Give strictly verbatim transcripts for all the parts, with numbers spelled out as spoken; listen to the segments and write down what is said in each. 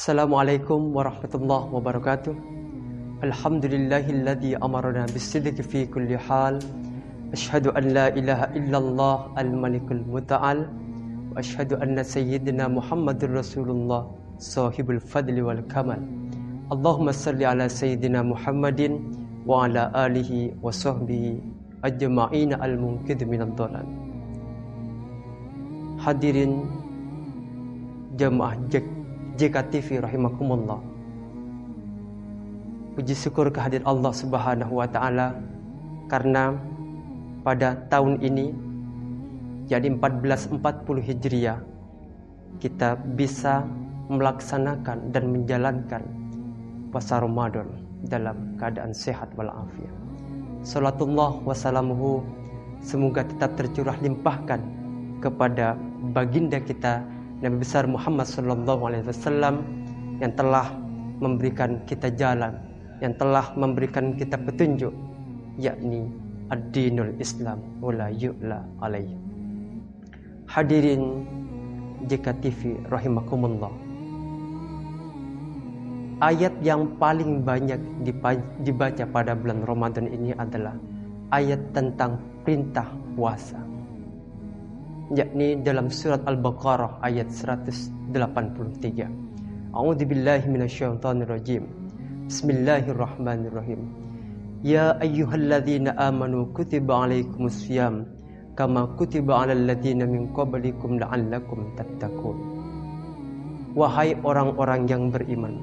Assalamualaikum warahmatullahi wabarakatuh. Alhamdulillahilladzi amarna bisidqi fi kulli hal. Asyhadu an la ilaha illallah al-malikul muta'al. Wa asyhadu anna sayyidina Muhammadur Rasulullah sahibul fadli wal kamal. Allahumma salli ala sayyidina Muhammadin wa ala alihi wa sahbihi ajma'ina al-munqidh minad dhalal. Hadirin jamaah J K T V rahimakumullah. Puji syukur kehadirat Allah Subhanahu wa taala karena pada tahun ini jadi seribu empat ratus empat puluh Hijriah kita bisa melaksanakan dan menjalankan puasa Ramadan dalam keadaan sehat walafiat. Salatullah wassalamuhu semoga tetap tercurah limpahkan kepada baginda kita Nabi besar Muhammad sallallahu alaihi wasallam yang telah memberikan kita jalan, yang telah memberikan kita petunjuk, yakni ad-dinul Islam wala yu'la alaih. Hadirin J K T V rahimakumullah. Ayat yang paling banyak dibaca pada bulan Ramadan ini adalah ayat tentang perintah puasa, yakni dalam surat Al-Baqarah ayat seratus delapan puluh tiga. A'udzubillahi minasyaitonir rajim. Bismillahirrahmanirrahim. Ya ayyuhalladzina amanu kutiba alaikumusiyam kama kutiba alal ladzina min qablikum la'allakum tattaqun. Wahai orang-orang yang beriman,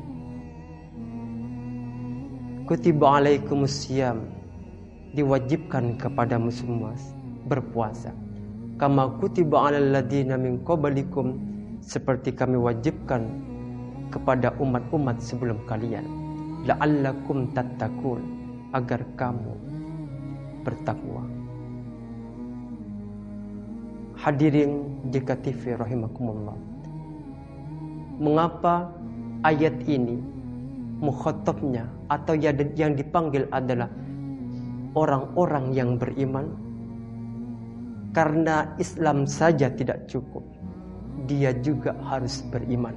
kutiba alaikumusiyam, diwajibkan kepadamu semua berpuasa. Kama kutiba alal ladzina min qablikum, seperti kami wajibkan kepada umat-umat sebelum kalian, la'allakum tattaqun, agar kamu bertakwa. Hadirin J K T V rahimakumullah. Mengapa ayat ini mukhatabnya atau yang dipanggil adalah orang-orang yang beriman? Karena Islam saja tidak cukup, dia juga harus beriman.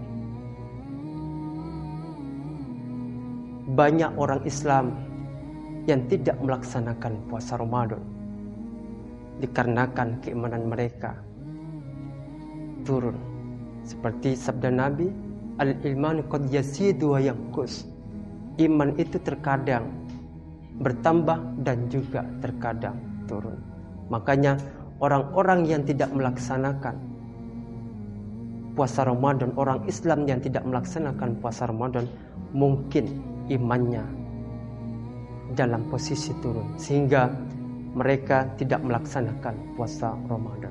Banyak orang Islam yang tidak melaksanakan puasa Ramadan dikarenakan keimanan mereka turun. Seperti sabda Nabi, al-ilman qad yazidu wa yanqus. Iman itu terkadang bertambah dan juga terkadang turun. Makanya orang-orang yang tidak melaksanakan puasa Ramadan, orang Islam yang tidak melaksanakan puasa Ramadan, mungkin imannya dalam posisi turun sehingga mereka tidak melaksanakan puasa Ramadan.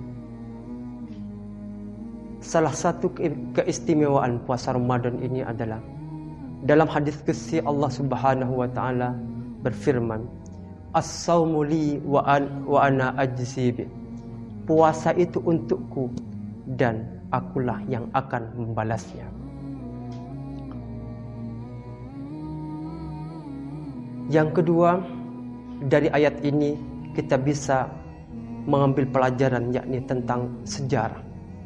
Salah satu keistimewaan puasa Ramadan ini adalah dalam hadis qudsi Allah Subhanahu wa taala berfirman, as-saumu li wa ana ajzi bi. Puasa itu untukku dan akulah yang akan membalasnya. Yang kedua, dari ayat ini kita bisa mengambil pelajaran, yakni tentang sejarah.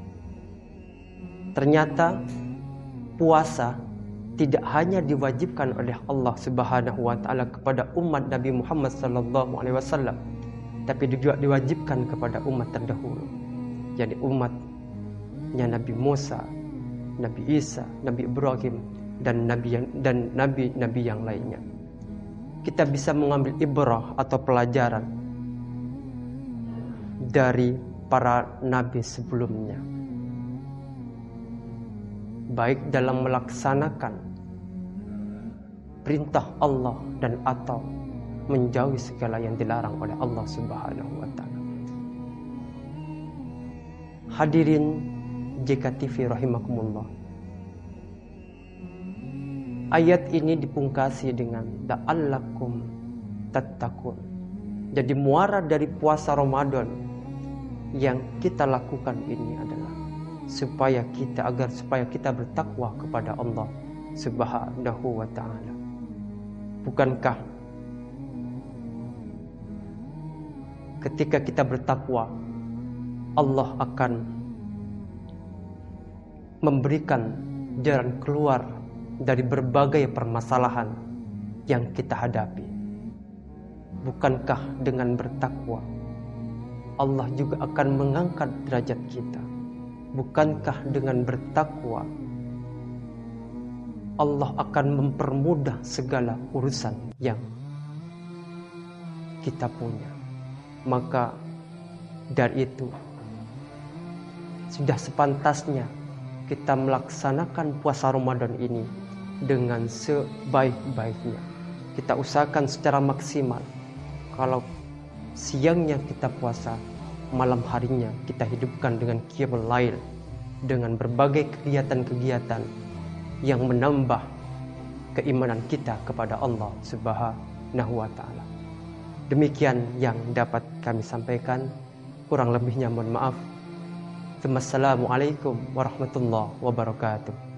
Ternyata puasa tidak hanya diwajibkan oleh Allah Subhanahu wa taala kepada umat Nabi Muhammad sallallahu alaihi wasallam, tapi juga diwajibkan kepada umat terdahulu, jadi umatnya Nabi Musa, Nabi Isa, Nabi Ibrahim, dan nabi yang, dan nabi-nabi yang lainnya. Kita bisa mengambil ibrah atau pelajaran dari para nabi sebelumnya, baik dalam melaksanakan perintah Allah dan atau menjauhi segala yang dilarang oleh Allah Subhanahu wa taala. Hadirin J K T V rahimakumullah. Ayat ini dipungkasi dengan la'allakum tattaqun. Jadi muara dari puasa Ramadan yang kita lakukan ini adalah supaya kita agar supaya kita bertakwa kepada Allah Subhanahu wa taala. Bukankah ketika kita bertakwa, Allah akan memberikan jalan keluar dari berbagai permasalahan yang kita hadapi. Bukankah dengan bertakwa Allah juga akan mengangkat derajat kita? Bukankah dengan bertakwa Allah akan mempermudah segala urusan yang kita punya? Maka dari itu sudah sepantasnya kita melaksanakan puasa Ramadan ini dengan sebaik-baiknya. Kita usahakan secara maksimal. Kalau siangnya kita puasa, malam harinya kita hidupkan dengan qiyamul lail, dengan berbagai kegiatan-kegiatan yang menambah keimanan kita kepada Allah Subhanahu wa taala. Demikian yang dapat kami sampaikan. Kurang lebihnya mohon maaf. Wassalamualaikum warahmatullahi wabarakatuh.